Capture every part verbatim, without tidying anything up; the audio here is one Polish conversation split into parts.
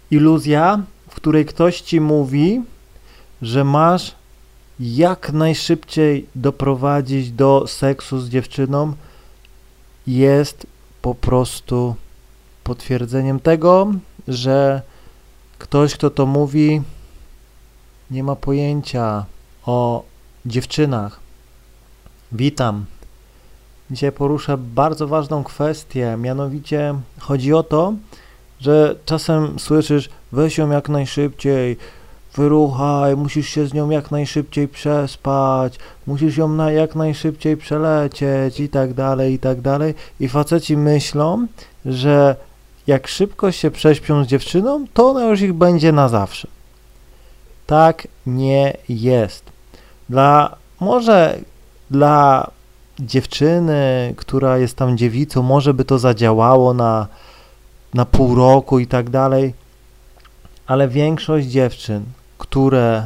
iluzja, w której ktoś ci mówi, że masz jak najszybciej doprowadzić do seksu z dziewczyną, jest po prostu potwierdzeniem tego, że ktoś, kto to mówi, nie ma pojęcia o dziewczynach. Witam. Dzisiaj poruszę bardzo ważną kwestię, mianowicie chodzi o to, że czasem słyszysz, weź ją jak najszybciej, wyruchaj, musisz się z nią jak najszybciej przespać, musisz ją na jak najszybciej przelecieć i tak dalej, i tak dalej. I faceci myślą, że jak szybko się prześpią z dziewczyną, to ona już ich będzie na zawsze. Tak nie jest. Dla, może dla dziewczyny, która jest tam dziewicą, może by to zadziałało na, na pół roku i tak dalej, ale większość dziewczyn, które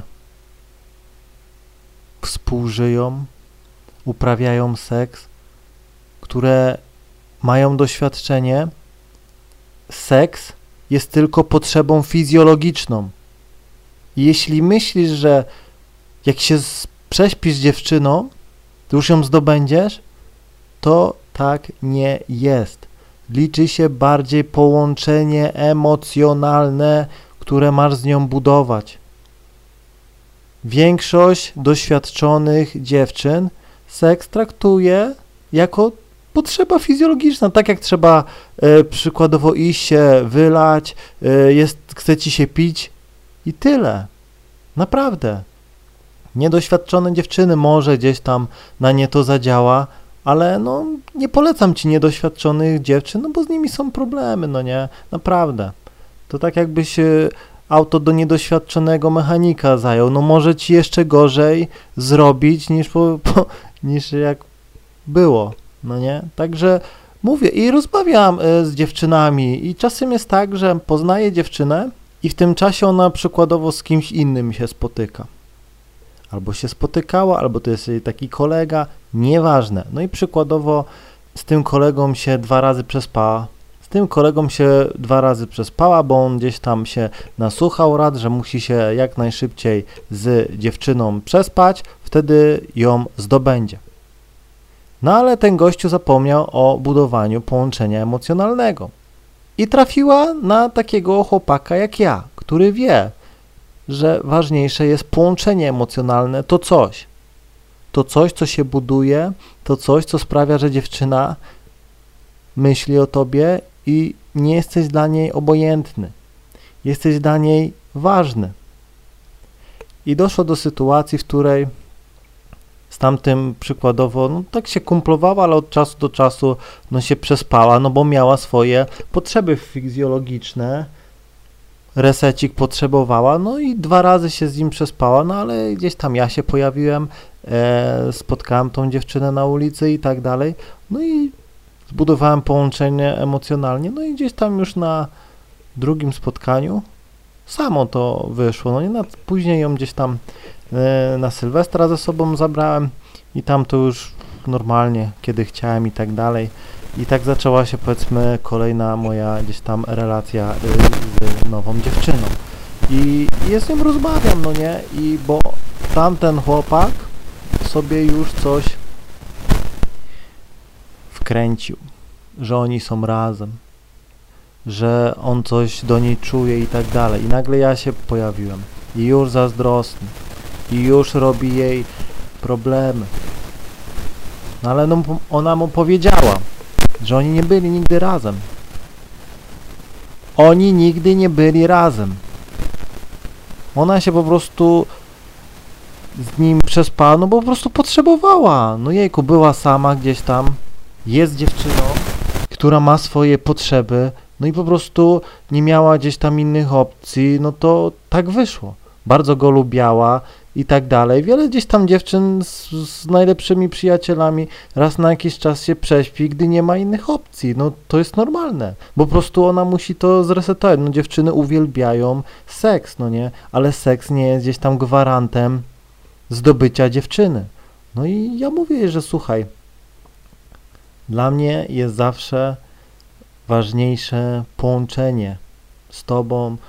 współżyją, uprawiają seks, które mają doświadczenie, seks jest tylko potrzebą fizjologiczną. I jeśli myślisz, że jak się prześpisz z dziewczyną, to już ją zdobędziesz, to tak nie jest. Liczy się bardziej połączenie emocjonalne, które masz z nią budować. Większość doświadczonych dziewczyn seks traktuje jako potrzeba fizjologiczna, tak jak trzeba e, przykładowo iść się, wylać, e, jest, chce ci się pić i tyle. Naprawdę. Niedoświadczone dziewczyny może gdzieś tam na nie to zadziała, ale no nie polecam ci niedoświadczonych dziewczyn, no bo z nimi są problemy, no nie, naprawdę. To tak jakbyś auto do niedoświadczonego mechanika zajął, no może ci jeszcze gorzej zrobić niż, po, po, niż jak było, no nie. Także mówię i rozmawiam y, z dziewczynami i czasem jest tak, że poznaję dziewczynę i w tym czasie ona przykładowo z kimś innym się spotyka. Albo się spotykała, albo to jest jej taki kolega, nieważne. No i przykładowo z tym kolegą się dwa razy przespała. Z tym kolegą się dwa razy przespała, bo on gdzieś tam się nasłuchał rad, że musi się jak najszybciej z dziewczyną przespać, wtedy ją zdobędzie. No ale ten gościu zapomniał o budowaniu połączenia emocjonalnego. I trafiła na takiego chłopaka jak ja, który wie, że ważniejsze jest połączenie emocjonalne, to coś. To coś, co się buduje, to coś, co sprawia, że dziewczyna myśli o tobie i nie jesteś dla niej obojętny. Jesteś dla niej ważny. I doszło do sytuacji, w której z tamtym przykładowo, no tak się kumplowała, ale od czasu do czasu no się przespała, no bo miała swoje potrzeby fizjologiczne, resecik potrzebowała, no i dwa razy się z nim przespała, no ale gdzieś tam ja się pojawiłem, e, spotkałem tą dziewczynę na ulicy i tak dalej, no i zbudowałem połączenie emocjonalnie, no i gdzieś tam już na drugim spotkaniu samo to wyszło, no i na, później ją gdzieś tam e, na Sylwestra ze sobą zabrałem i tam to już normalnie, kiedy chciałem i tak dalej. I tak zaczęła się, powiedzmy, kolejna moja gdzieś tam relacja y, z nową dziewczyną. I, I z nią rozmawiam, no nie? I bo tamten chłopak sobie już coś wkręcił, że oni są razem, że on coś do niej czuje i tak dalej. I nagle ja się pojawiłem i już zazdrosny i już robi jej problemy. No ale no, ona mu powiedziała, że oni nie byli nigdy razem. Oni nigdy nie byli razem. Ona się po prostu z nim przespała, no bo po prostu potrzebowała. No jejku, była sama gdzieś tam, jest dziewczyną, która ma swoje potrzeby, no i po prostu nie miała gdzieś tam innych opcji, no to tak wyszło. Bardzo go lubiała i tak dalej. Wiele gdzieś tam dziewczyn z, z najlepszymi przyjacielami raz na jakiś czas się prześpi, gdy nie ma innych opcji. No to jest normalne, bo po prostu ona musi to zresetować. No dziewczyny uwielbiają seks, no nie? Ale seks nie jest gdzieś tam gwarantem zdobycia dziewczyny. No i ja mówię jej, że słuchaj, dla mnie jest zawsze ważniejsze połączenie z tobą,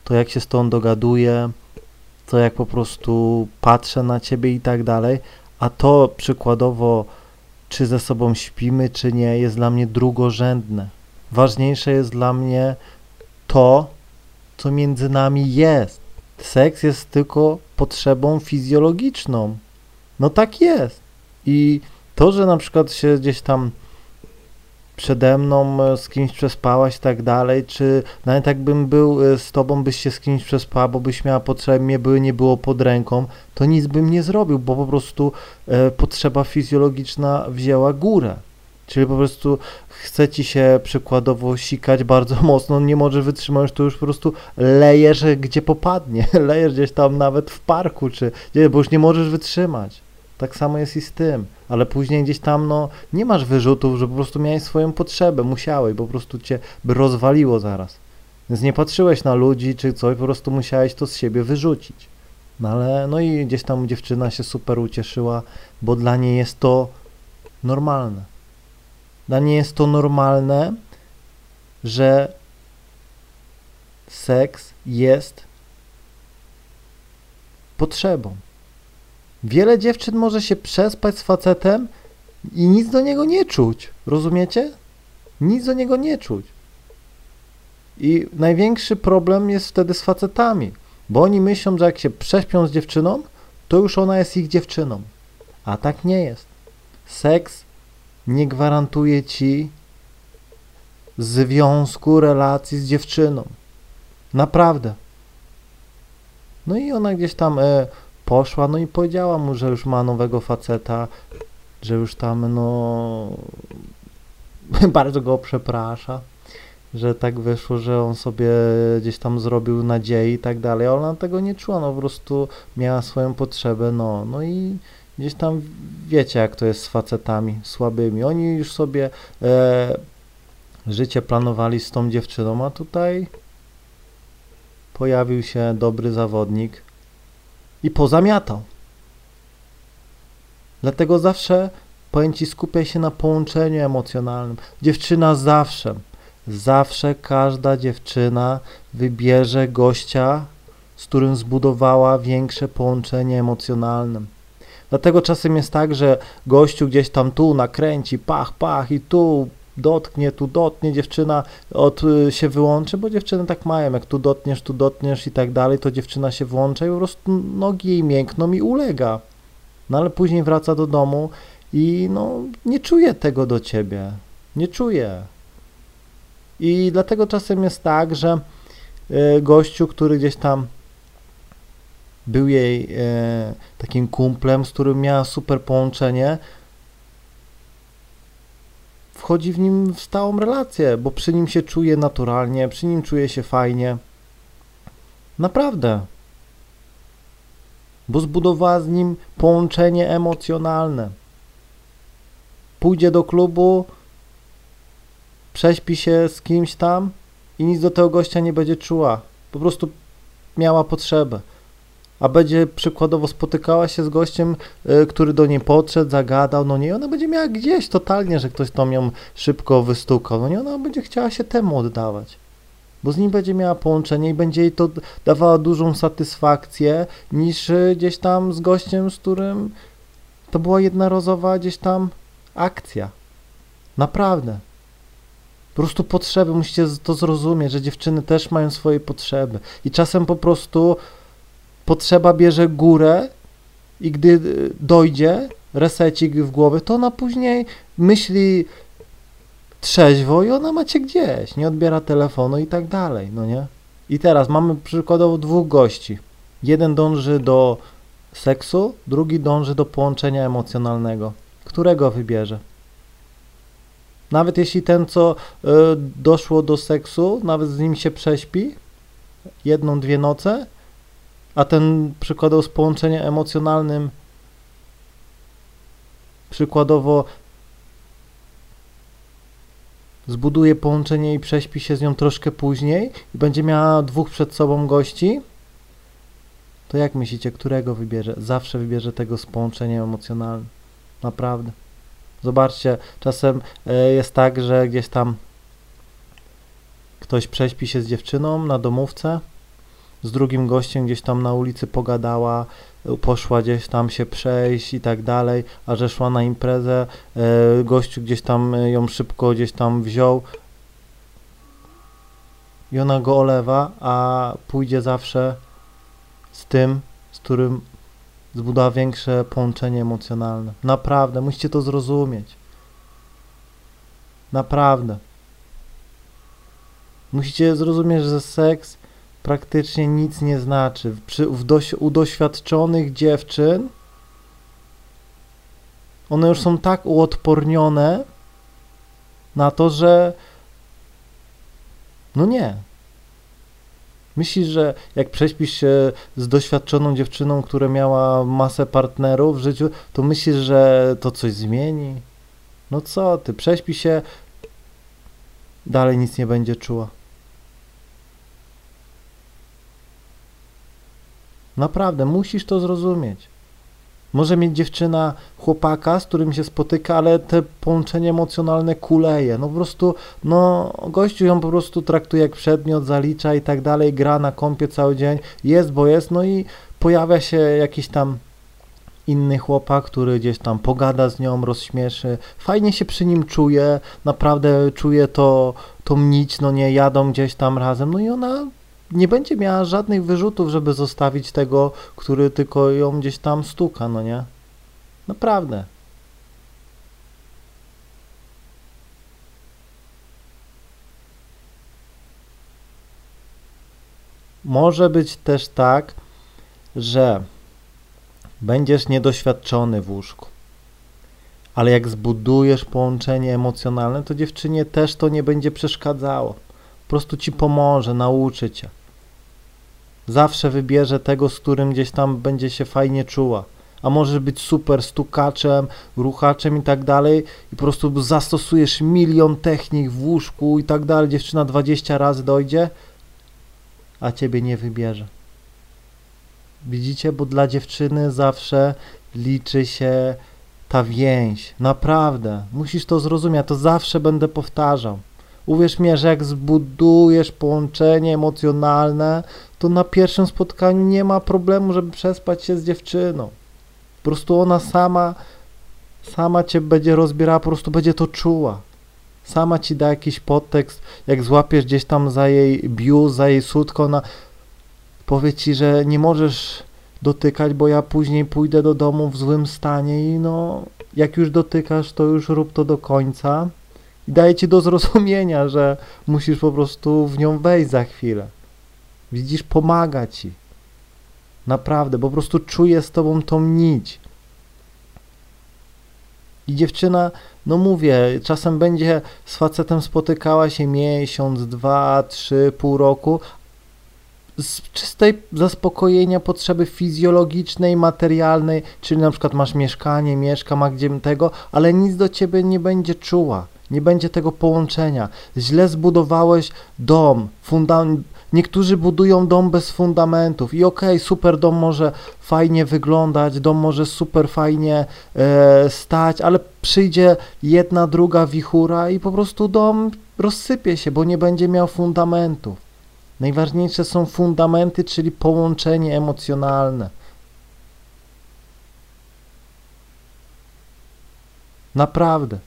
to jak się z tą dogaduję, to jak po prostu patrzę na ciebie i tak dalej, a to przykładowo, czy ze sobą śpimy, czy nie, jest dla mnie drugorzędne. Ważniejsze jest dla mnie to, co między nami jest. Seks jest tylko potrzebą fizjologiczną. No tak jest. I to, że na przykład się gdzieś tam przede mną z kimś przespałaś i tak dalej, czy nawet jakbym był z tobą, byś się z kimś przespała, bo byś miała potrzeby, mnie by nie było pod ręką, to nic bym nie zrobił, bo po prostu e, potrzeba fizjologiczna wzięła górę. Czyli po prostu chce ci się przykładowo sikać bardzo mocno, nie możesz wytrzymać, to już po prostu lejesz gdzie popadnie, lejesz gdzieś tam nawet w parku, czy gdzie, bo już nie możesz wytrzymać. Tak samo jest i z tym, ale później gdzieś tam, no, nie masz wyrzutów, że po prostu miałeś swoją potrzebę, musiałeś, bo po prostu cię by rozwaliło zaraz. Więc nie patrzyłeś na ludzi czy coś, po prostu musiałeś to z siebie wyrzucić. No ale, no i gdzieś tam dziewczyna się super ucieszyła, bo dla niej jest to normalne. Dla niej jest to normalne, że seks jest potrzebą. Wiele dziewczyn może się przespać z facetem i nic do niego nie czuć. Rozumiecie? Nic do niego nie czuć. I największy problem jest wtedy z facetami, bo oni myślą, że jak się prześpią z dziewczyną, to już ona jest ich dziewczyną. A tak nie jest. Seks nie gwarantuje ci związku, relacji z dziewczyną. Naprawdę. No i ona gdzieś tam e, poszła, no i powiedziała mu, że już ma nowego faceta, że już tam, no, bardzo go przeprasza, że tak wyszło, że on sobie gdzieś tam zrobił nadziei i tak dalej, a ona tego nie czuła, no po prostu miała swoją potrzebę, no, no i gdzieś tam wiecie, jak to jest z facetami słabymi, oni już sobie e, życie planowali z tą dziewczyną, a tutaj pojawił się dobry zawodnik i pozamiatał. Dlatego zawsze, powiem ci, skupiaj się na połączeniu emocjonalnym. Dziewczyna zawsze, zawsze każda dziewczyna wybierze gościa, z którym zbudowała większe połączenie emocjonalne. Dlatego czasem jest tak, że gościu gdzieś tam tu nakręci, pach, pach i tu dotknie, tu dotknie, dziewczyna od, się wyłączy, bo dziewczyny tak mają, jak tu dotniesz, tu dotniesz i tak dalej, to dziewczyna się włącza i po prostu nogi jej miękną i ulega. No ale później wraca do domu i no nie czuje tego do ciebie, nie czuje. I dlatego czasem jest tak, że y, gościu, który gdzieś tam był jej e, takim kumplem, z którym miała super połączenie, wchodzi w nim w stałą relację, bo przy nim się czuje naturalnie, przy nim czuje się fajnie. Naprawdę. Bo zbudowała z nim połączenie emocjonalne. Pójdzie do klubu, prześpi się z kimś tam i nic do tego gościa nie będzie czuła. Po prostu miała potrzebę. A będzie przykładowo spotykała się z gościem, y, który do niej podszedł, zagadał, no nie, ona będzie miała gdzieś totalnie, że ktoś tam ją szybko wystukał, no nie, ona będzie chciała się temu oddawać, bo z nim będzie miała połączenie i będzie jej to dawało dużą satysfakcję niż y, gdzieś tam z gościem, z którym to była jednorazowa gdzieś tam akcja. Naprawdę. Po prostu potrzeby, musicie to zrozumieć, że dziewczyny też mają swoje potrzeby i czasem po prostu potrzeba bierze górę i gdy dojdzie resecik w głowie, to ona później myśli trzeźwo i ona macie gdzieś, nie odbiera telefonu i tak dalej, no nie? I teraz mamy przykładowo dwóch gości. Jeden dąży do seksu, drugi dąży do połączenia emocjonalnego. Którego wybierze? Nawet jeśli ten, co y, doszło do seksu, nawet z nim się prześpi, jedną, dwie noce, a ten przykładowo z połączeniem emocjonalnym przykładowo zbuduje połączenie i prześpi się z nią troszkę później i będzie miała dwóch przed sobą gości, to jak myślicie, którego wybierze? Zawsze wybierze tego z połączeniem emocjonalnym. Naprawdę. Zobaczcie, czasem jest tak, że gdzieś tam ktoś prześpi się z dziewczyną na domówce z drugim gościem gdzieś tam na ulicy pogadała, poszła gdzieś tam się przejść i tak dalej, a że szła na imprezę, e, gościu gdzieś tam ją szybko gdzieś tam wziął i ona go olewa, a pójdzie zawsze z tym, z którym zbudowała większe połączenie emocjonalne. Naprawdę, musicie to zrozumieć. Naprawdę. Musicie zrozumieć, że seks praktycznie nic nie znaczy. Przy, w doś, u doświadczonych dziewczyn one już są tak uodpornione na to, że no nie. Myślisz, że jak prześpisz się z doświadczoną dziewczyną, która miała masę partnerów w życiu, to myślisz, że to coś zmieni? No co ty, prześpi się, dalej nic nie będzie czuła. Naprawdę, musisz to zrozumieć. Może mieć dziewczyna chłopaka, z którym się spotyka, ale te połączenie emocjonalne kuleje. No po prostu, no gościu ją po prostu traktuje jak przedmiot, zalicza i tak dalej, gra na kompie cały dzień, jest, bo jest, no i pojawia się jakiś tam inny chłopak, który gdzieś tam pogada z nią, rozśmieszy, fajnie się przy nim czuje, naprawdę czuje to, to nić, no nie, jadą gdzieś tam razem, no i ona nie będzie miała żadnych wyrzutów, żeby zostawić tego, który tylko ją gdzieś tam stuka, no nie? Naprawdę. Może być też tak, że będziesz niedoświadczony w łóżku, ale jak zbudujesz połączenie emocjonalne, to dziewczynie też to nie będzie przeszkadzało. Po prostu ci pomoże, nauczy cię. Zawsze wybierze tego, z którym gdzieś tam będzie się fajnie czuła. A możesz być super stukaczem, ruchaczem i tak dalej i po prostu zastosujesz milion technik w łóżku i tak dalej. Dziewczyna dwadzieścia razy dojdzie, a ciebie nie wybierze. Widzicie? Bo dla dziewczyny zawsze liczy się ta więź. Naprawdę. Musisz to zrozumieć. Ja to zawsze będę powtarzał. Uwierz mi, że jak zbudujesz połączenie emocjonalne, to na pierwszym spotkaniu nie ma problemu, żeby przespać się z dziewczyną. Po prostu ona sama, sama cię będzie rozbierała, po prostu będzie to czuła. Sama ci da jakiś podtekst, jak złapiesz gdzieś tam za jej biust, za jej sutko, ona powie ci, że nie możesz dotykać, bo ja później pójdę do domu w złym stanie i no, jak już dotykasz, to już rób to do końca. I daje ci do zrozumienia, że musisz po prostu w nią wejść za chwilę. Widzisz, pomaga ci. Naprawdę, po prostu czuje z tobą tą nić. I dziewczyna, no mówię, czasem będzie z facetem spotykała się miesiąc, dwa, trzy, pół roku, z czystej zaspokojenia potrzeby fizjologicznej, materialnej, czyli na przykład masz mieszkanie, mieszka, ma gdzie tego, ale nic do ciebie nie będzie czuła. Nie będzie tego połączenia. Źle zbudowałeś dom, fundament. Niektórzy budują dom bez fundamentów i okej, okay, super dom może fajnie wyglądać, dom może super fajnie e, stać, ale przyjdzie jedna, druga wichura i po prostu dom rozsypie się, bo nie będzie miał fundamentów. Najważniejsze są fundamenty, czyli połączenie emocjonalne. Naprawdę.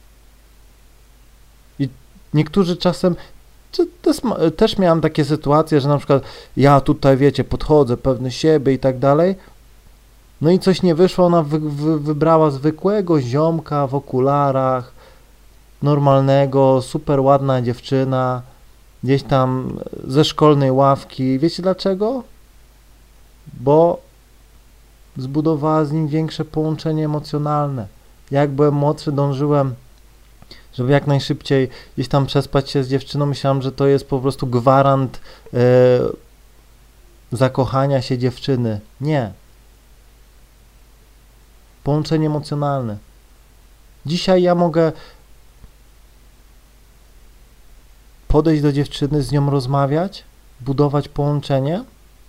I niektórzy czasem, też miałem takie sytuacje, że na przykład ja tutaj, wiecie, podchodzę, pewny siebie i tak dalej, no i coś nie wyszło, ona wy, wy, wybrała zwykłego ziomka w okularach, normalnego, super ładna dziewczyna, gdzieś tam ze szkolnej ławki. Wiecie dlaczego? Bo zbudowała z nim większe połączenie emocjonalne. Jak byłem młodszy, dążyłem, żeby jak najszybciej gdzieś tam przespać się z dziewczyną. Myślałem, że to jest po prostu gwarant e, zakochania się dziewczyny. Nie. Połączenie emocjonalne. Dzisiaj ja mogę podejść do dziewczyny, z nią rozmawiać, budować połączenie.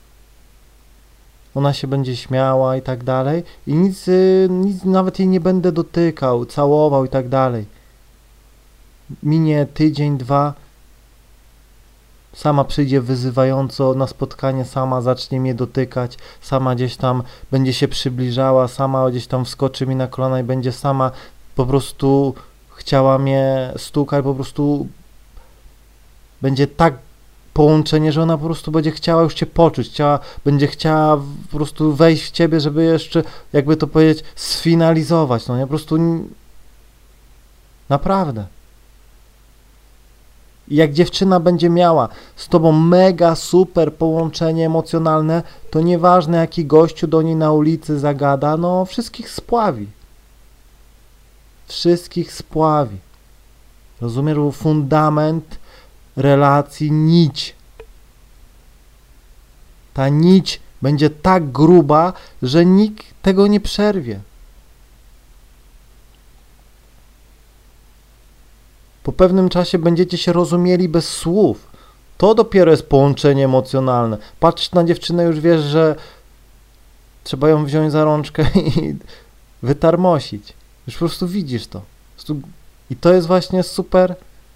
Ona się będzie śmiała i tak dalej. I nic, nic nawet jej nie będę dotykał, całował i tak dalej. Minie tydzień, dwa. Sama przyjdzie wyzywająco na spotkanie, sama zacznie mnie dotykać, sama gdzieś tam będzie się przybliżała, sama gdzieś tam wskoczy mi na kolana i będzie sama po prostu chciała mnie stukać, po prostu będzie tak połączenie, że ona po prostu będzie chciała już cię poczuć, chciała, będzie chciała po prostu wejść w ciebie, żeby jeszcze, jakby to powiedzieć, sfinalizować, no nie, po prostu naprawdę. I jak dziewczyna będzie miała z tobą mega super połączenie emocjonalne, to nieważne jaki gościu do niej na ulicy zagada, no wszystkich spławi. Wszystkich spławi. Rozumiesz? Był fundament relacji, nić. Ta nić będzie tak gruba, że nikt tego nie przerwie. Po pewnym czasie będziecie się rozumieli bez słów. To dopiero jest połączenie emocjonalne. Patrzysz na dziewczynę, już wiesz, że trzeba ją wziąć za rączkę i wytarmosić. Już po prostu widzisz to. I to jest właśnie super,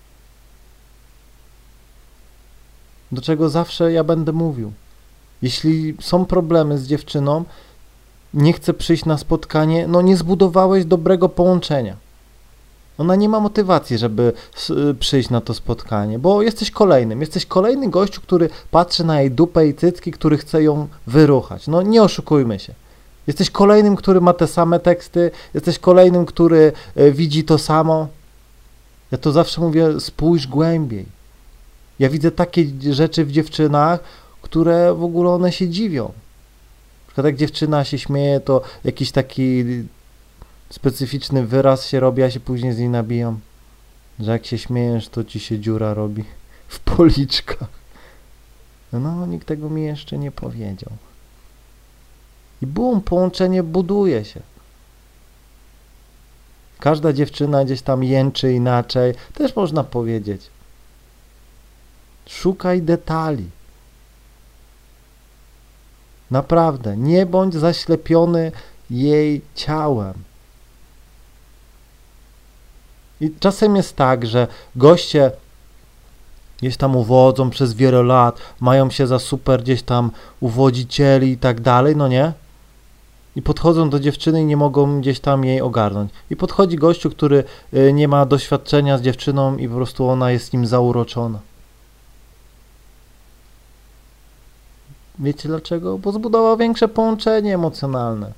do czego zawsze ja będę mówił. Jeśli są problemy z dziewczyną, nie chce przyjść na spotkanie, no nie zbudowałeś dobrego połączenia. Ona nie ma motywacji, żeby przyjść na to spotkanie, bo jesteś kolejnym. Jesteś kolejny gościu, który patrzy na jej dupę i cycki, który chce ją wyruchać. No nie oszukujmy się. Jesteś kolejnym, który ma te same teksty, jesteś kolejnym, który widzi to samo. Ja to zawsze mówię, spójrz głębiej. Ja widzę takie rzeczy w dziewczynach, które w ogóle one się dziwią. Na przykład jak dziewczyna się śmieje, to jakiś taki specyficzny wyraz się robi, a się później z niej nabiją. Że jak się śmiejesz, to ci się dziura robi w policzkach. No, nikt tego mi jeszcze nie powiedział. I bum, połączenie buduje się. Każda dziewczyna gdzieś tam jęczy inaczej, też można powiedzieć. Szukaj detali. Naprawdę, nie bądź zaślepiony jej ciałem. I czasem jest tak, że goście gdzieś tam uwodzą przez wiele lat, mają się za super gdzieś tam uwodzicieli i tak dalej, no nie? I podchodzą do dziewczyny i nie mogą gdzieś tam jej ogarnąć. I podchodzi gościu, który nie ma doświadczenia z dziewczyną i po prostu ona jest nim zauroczona. Wiecie dlaczego? Bo zbudował większe połączenie emocjonalne.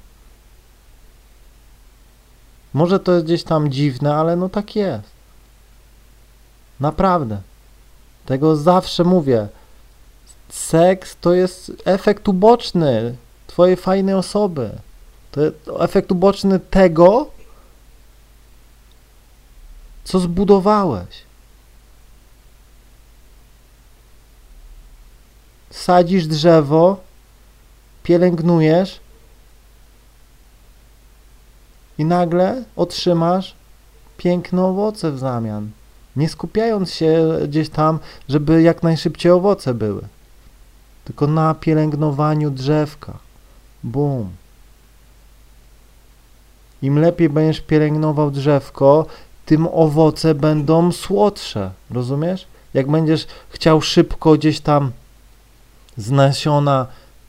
Może to jest gdzieś tam dziwne, ale no tak jest. Naprawdę. Tego zawsze mówię. Seks to jest efekt uboczny twojej fajnej osoby. To jest efekt uboczny tego, co zbudowałeś. Sadzisz drzewo, pielęgnujesz i nagle otrzymasz piękne owoce w zamian. Nie skupiając się gdzieś tam, żeby jak najszybciej owoce były. Tylko na pielęgnowaniu drzewka. Bum. Im lepiej będziesz pielęgnował drzewko, tym owoce będą słodsze. Rozumiesz? Jak będziesz chciał szybko gdzieś tam z nasiona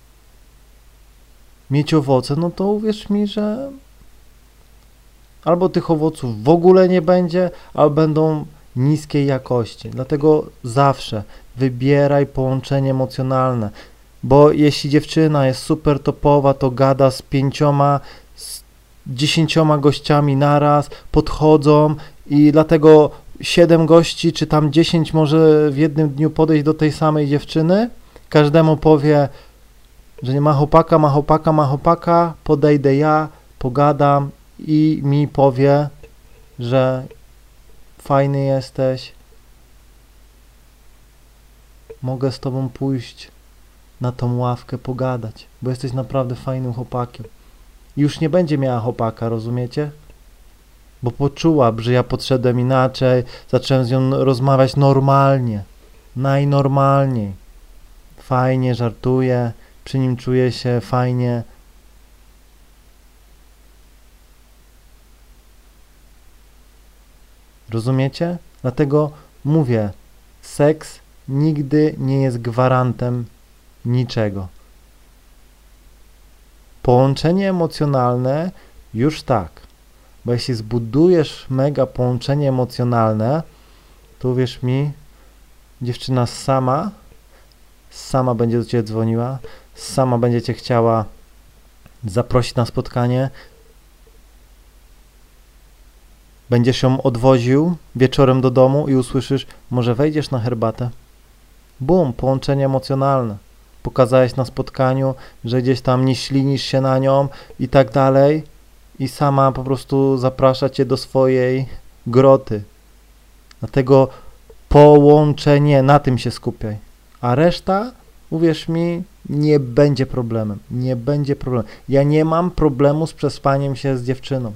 mieć owoce, no to uwierz mi, że albo tych owoców w ogóle nie będzie, albo będą niskiej jakości. Dlatego zawsze wybieraj połączenie emocjonalne, bo jeśli dziewczyna jest super topowa, to gada z pięcioma, z dziesięcioma gościami naraz, podchodzą i dlatego siedem gości, czy tam dziesięć może w jednym dniu podejść do tej samej dziewczyny, każdemu powie, że nie ma chłopaka, ma chłopaka, ma chłopaka, podejdę ja, pogadam i mi powie, że fajny jesteś, mogę z tobą pójść na tą ławkę pogadać, bo jesteś naprawdę fajnym chłopakiem. I już nie będzie miała chłopaka, rozumiecie? Bo poczuła, że ja podszedłem inaczej, zacząłem z nią rozmawiać normalnie, najnormalniej. Fajnie, żartuję, przy nim czuję się fajnie. Rozumiecie? Dlatego mówię, seks nigdy nie jest gwarantem niczego. Połączenie emocjonalne już tak, bo jeśli zbudujesz mega połączenie emocjonalne, to uwierz mi, dziewczyna sama, sama będzie do ciebie dzwoniła, sama będzie cię chciała zaprosić na spotkanie, będziesz ją odwoził wieczorem do domu i usłyszysz, może wejdziesz na herbatę? Bum, połączenie emocjonalne. Pokazałeś na spotkaniu, że gdzieś tam nie ślinisz się na nią i tak dalej i sama po prostu zaprasza cię do swojej groty. Dlatego połączenie, na tym się skupiaj. A reszta, uwierz mi, nie będzie problemem. Nie będzie problemem. Ja nie mam problemu z przespaniem się z dziewczyną.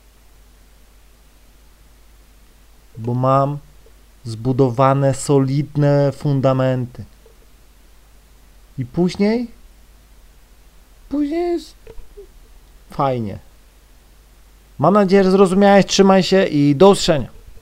Bo mam zbudowane solidne fundamenty. I później, później jest fajnie. Mam nadzieję, że zrozumiałeś. Trzymaj się i do usłyszenia.